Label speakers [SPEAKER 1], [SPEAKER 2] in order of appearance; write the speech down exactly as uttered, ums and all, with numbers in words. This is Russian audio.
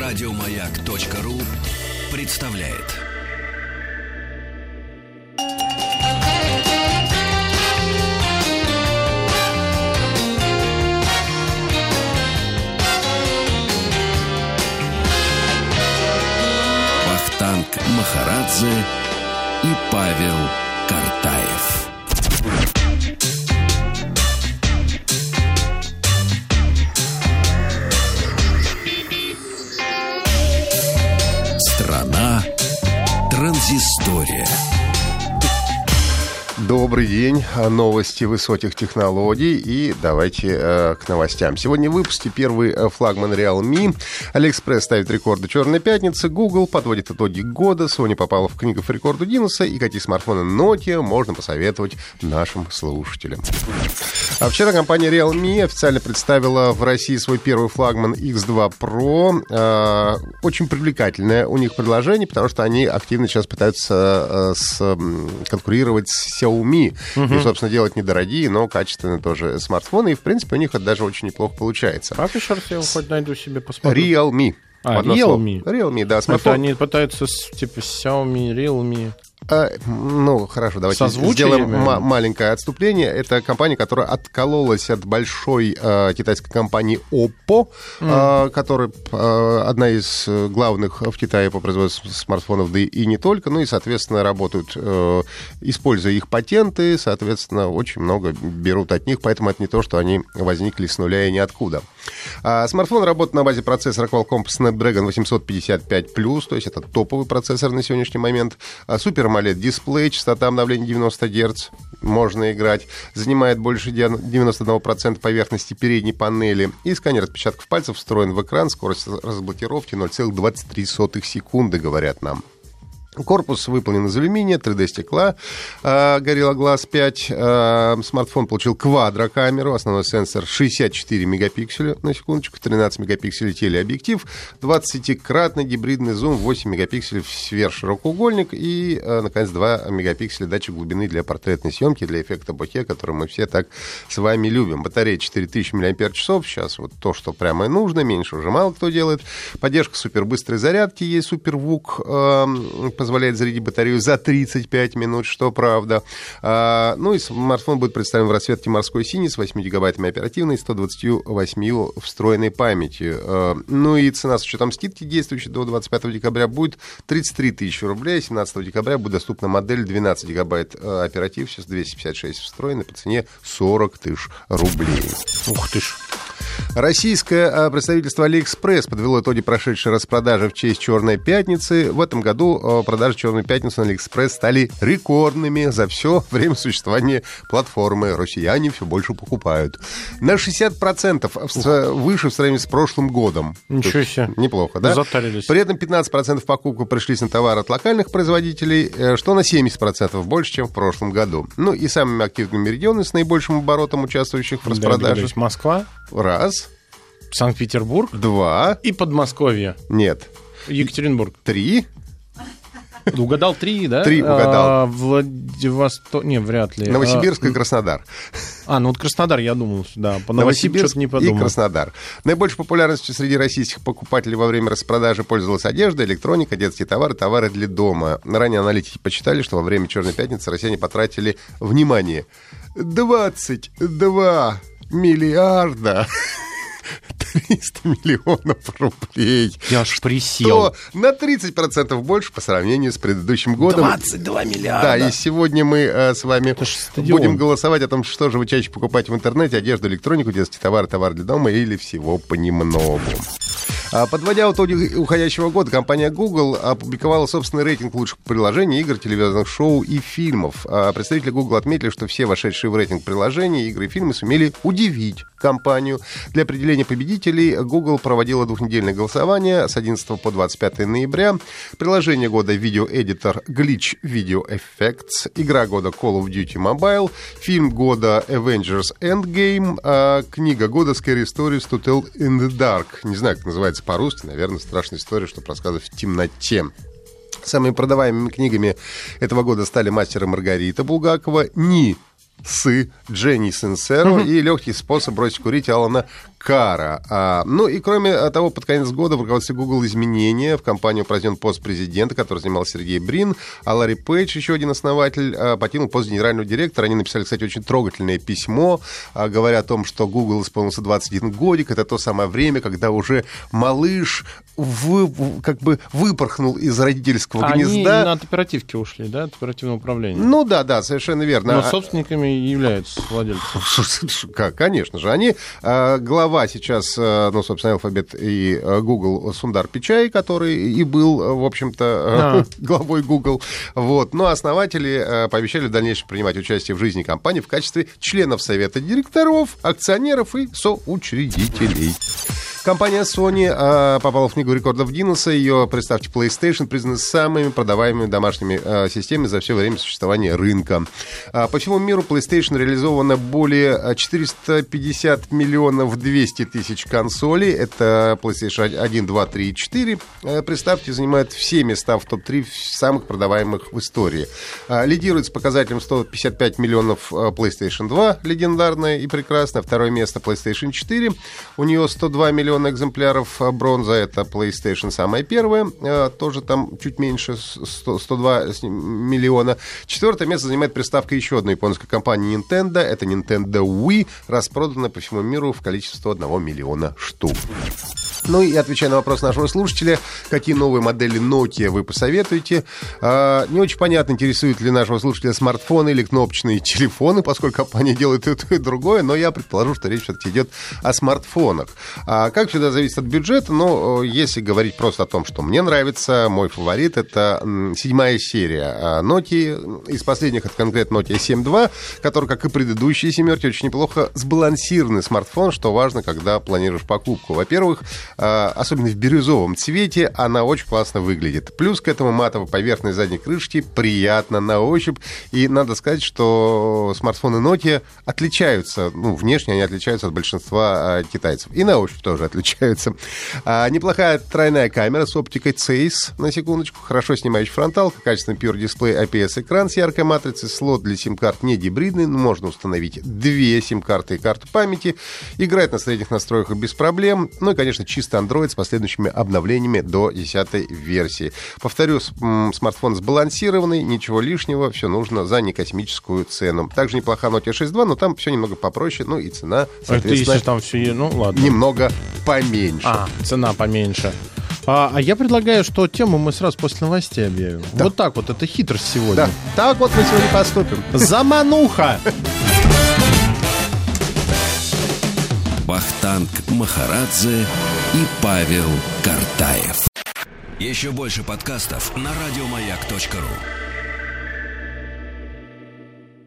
[SPEAKER 1] Радиомаяк.ру представляет. Вахтанг Махарадзе и Павел Картаев. Страна транзистория.
[SPEAKER 2] Добрый день. Новости высоких технологий. И давайте э, к новостям. Сегодня в выпуске первый флагман Realme. AliExpress ставит рекорды «Черной пятницы». Google подводит итоги года. Sony попала в книгу в рекорду Гиннесса. И какие смартфоны Nokia можно посоветовать нашим слушателям. А вчера компания Realme официально представила в России свой первый флагман икс два Pro. Э, очень привлекательное у них предложение, потому что они активно сейчас пытаются э, с, конкурировать с Xiaomi. Uh-huh. И, собственно, делать недорогие, но качественные тоже смартфоны. И, в принципе, у них это даже очень неплохо получается.
[SPEAKER 3] Как еще раз я его хоть найду себе, посмотрю?
[SPEAKER 2] Realme.
[SPEAKER 3] А, Realme?
[SPEAKER 2] Realme, да. Смартфон.
[SPEAKER 3] Это они пытаются, типа, Xiaomi, Realme...
[SPEAKER 2] А, ну, хорошо, давайте сделаем м- маленькое отступление. Это компания, которая откололась от большой э, китайской компании Oppo, mm. э, которая э, одна из главных в Китае по производству смартфонов, да и не только. Ну и, соответственно, работают, э, используя их патенты, соответственно, очень много берут от них, поэтому это не то, что они возникли с нуля и ниоткуда. А смартфон работает на базе процессора Qualcomm Snapdragon восемьсот пятьдесят пять плюс, то есть это топовый процессор на сегодняшний момент. Супер AMOLED-дисплей, частота обновления девяносто герц, можно играть. Занимает больше девяносто один процент поверхности передней панели. И сканер отпечатков пальцев встроен в экран. Скорость разблокировки ноль целых двадцать три сотых секунды, говорят нам. Корпус выполнен из алюминия, три дэ-стекла, э, Gorilla Glass пять. Э, смартфон получил квадрокамеру, основной сенсор шестьдесят четыре мегапикселя, на секундочку, тринадцать мегапикселей телеобъектив, двадцатикратный гибридный зум, восемь мегапикселей сверхширокоугольник и, э, наконец, два мегапикселя датчик глубины для портретной съемки, для эффекта боке, который мы все так с вами любим. Батарея четыре тысячи мАч, сейчас вот то, что прямо и нужно, меньше уже мало кто делает. Поддержка супербыстрой зарядки есть, супервук, э, позволяет зарядить батарею за тридцать пять минут, что правда. А, ну и смартфон будет представлен в расцветке морской синий с восемью гигабайтами оперативной и ста двадцатью восьмью встроенной памятью. А, ну и цена с учетом скидки, действующей до двадцать пятого декабря, будет тридцать три тысячи рублей. семнадцатого декабря будет доступна модель двенадцать гигабайт оператив, сейчас двести пятьдесят шесть встроенной, по цене сорок тысяч рублей.
[SPEAKER 3] Ух ты ж.
[SPEAKER 2] Российское представительство AliExpress подвело итоги прошедшей распродажи в честь Черной пятницы. В этом году продажи Черной пятницы на AliExpress стали рекордными за все время существования платформы. Россияне все больше покупают. На шестьдесят процентов выше в сравнении с прошлым годом.
[SPEAKER 3] Ничего себе.
[SPEAKER 2] Неплохо, да?
[SPEAKER 3] Затарились.
[SPEAKER 2] При этом пятнадцать процентов покупок пришлись на товары от локальных производителей, что на семьдесят процентов больше, чем в прошлом году. Ну и самыми активными регионами с наибольшим оборотом участвующих в распродаже.
[SPEAKER 3] Да, Москва.
[SPEAKER 2] Раз.
[SPEAKER 3] Санкт-Петербург.
[SPEAKER 2] Два.
[SPEAKER 3] И Подмосковье.
[SPEAKER 2] Нет.
[SPEAKER 3] Екатеринбург.
[SPEAKER 2] Три.
[SPEAKER 3] Угадал три, да?
[SPEAKER 2] Три угадал.
[SPEAKER 3] А, Владивосток... Не, вряд ли.
[SPEAKER 2] Новосибирск и Краснодар.
[SPEAKER 3] А, ну вот Краснодар, я думал, да. По Новосибирск
[SPEAKER 2] не подумал. И Краснодар. Наибольшей популярностью среди российских покупателей во время распродажи пользовалась одежда, электроника, детские товары, товары для дома. Ранее аналитики посчитали, что во время Черной пятницы россияне потратили, внимание, двадцать два миллиарда триста миллионов рублей.
[SPEAKER 3] Я аж присел.
[SPEAKER 2] Что на тридцать процентов больше по сравнению с предыдущим годом.
[SPEAKER 3] двадцать два миллиарда.
[SPEAKER 2] Да, и сегодня мы э, с вами будем голосовать о том, что же вы чаще покупаете в интернете: одежду, электронику, детские товары, товары для дома или всего понемногу. Подводя итоги уходящего года, компания Google опубликовала собственный рейтинг лучших приложений, игр, телевизионных шоу и фильмов. Представители Google отметили, что все вошедшие в рейтинг приложений, игры и фильмы сумели удивить компанию. Для определения победителей Google проводила двухнедельное голосование с одиннадцатого по двадцать пятое ноября. Приложение года — видеоэдитор Glitch Video Effects. Игра года — Call of Duty Mobile. Фильм года — Avengers Endgame. А книга года — Scary Stories to Tell in the Dark. Не знаю, как называется по-русски. Наверное, страшная история, чтобы рассказывать в темноте. Самыми продаваемыми книгами этого года стали «Мастер и Маргарита» Булгакова, «Ни с Дженни Синсеро и «Легкий способ бросить курить» Алана кара. А, ну и кроме того, под конец года в руководстве Google изменения. В компанию произведен пост президента, который занимал Сергей Брин, а Ларри Пейдж, еще один основатель, покинул пост генерального директора. Они написали, кстати, очень трогательное письмо, говоря о том, что Google исполнился двадцать один годик. Это то самое время, когда уже малыш вы, как бы выпорхнул из родительского
[SPEAKER 3] Они
[SPEAKER 2] гнезда.
[SPEAKER 3] Они от оперативки ушли, да, от оперативного управления?
[SPEAKER 2] Ну да, да, совершенно верно.
[SPEAKER 3] Но собственниками являются владельцы.
[SPEAKER 2] Конечно же. Они, глава сейчас, ну, собственно, Alphabet и Google, Сундар Пичай, который и был, в общем-то, а. главой Google. Вот. Но основатели пообещали в дальнейшем принимать участие в жизни компании в качестве членов совета директоров, акционеров и соучредителей. Компания Sony э, попала в книгу рекордов Гиннесса. Ее, представьте, PlayStation признаны самыми продаваемыми домашними э, системами за все время существования рынка. А по всему миру PlayStation реализовано более четыреста пятьдесят миллионов двести тысяч консолей. Это PlayStation один, два, три и четыре. Э, представьте, занимает все места в топ три самых продаваемых в истории. Э, лидирует с показателем сто пятьдесят пять миллионов э, PlayStation два, легендарная и прекрасная. Второе место PlayStation четыре. У нее сто два миллиона экземпляров. Бронза — это PlayStation самая первая, тоже там чуть меньше, сто, сто два миллиона. Четвертое место занимает приставка еще одной японской компании Nintendo. Это Nintendo Wii, распродана по всему миру в количестве сто один миллиона штук. Ну и отвечая на вопрос нашего слушателя, какие новые модели Nokia вы посоветуете? А, не очень понятно, интересуют ли нашего слушателя смартфоны или кнопочные телефоны, поскольку компания делает и то, и другое, но я предположу, что речь все-таки идет о смартфонах. А, как всегда, зависит от бюджета, но если говорить просто о том, что мне нравится, мой фаворит — это седьмая серия Nokia. Из последних это конкретно Nokia семь два, который, как и предыдущие семерки, очень неплохо сбалансированный смартфон, что важно, когда планируешь покупку. Во-первых, особенно в бирюзовом цвете, она очень классно выглядит. Плюс к этому матовая поверхность задней крышки приятно на ощупь. И надо сказать, что смартфоны Nokia отличаются, ну, внешне они отличаются от большинства китайцев. И на ощупь тоже отличаются. А, неплохая тройная камера с оптикой Zeiss, на секундочку. Хорошо снимающая фронталка, качественный Pure Display ай пи эс-экран с яркой матрицей, слот для сим-карт не гибридный, но можно установить две сим-карты и карту памяти. Играет на средних настройках без проблем. Ну и, конечно, чисто Android с последующими обновлениями до десятой версии. Повторю, смартфон сбалансированный, ничего лишнего, все нужно за некосмическую цену. Также неплоха Nokia шесть два, но там все немного попроще, ну и цена, соответственно,
[SPEAKER 3] это там все, ну, ладно,
[SPEAKER 2] немного поменьше.
[SPEAKER 3] А, цена поменьше. А, а я предлагаю, что тему мы сразу после новостей объявим. Да. Вот так вот, это хитрость сегодня.
[SPEAKER 2] Да, так вот мы сегодня поступим.
[SPEAKER 3] Замануха!
[SPEAKER 1] Вахтанг Махарадзе и Павел Картаев. Еще больше подкастов на радиомаяк точка ру.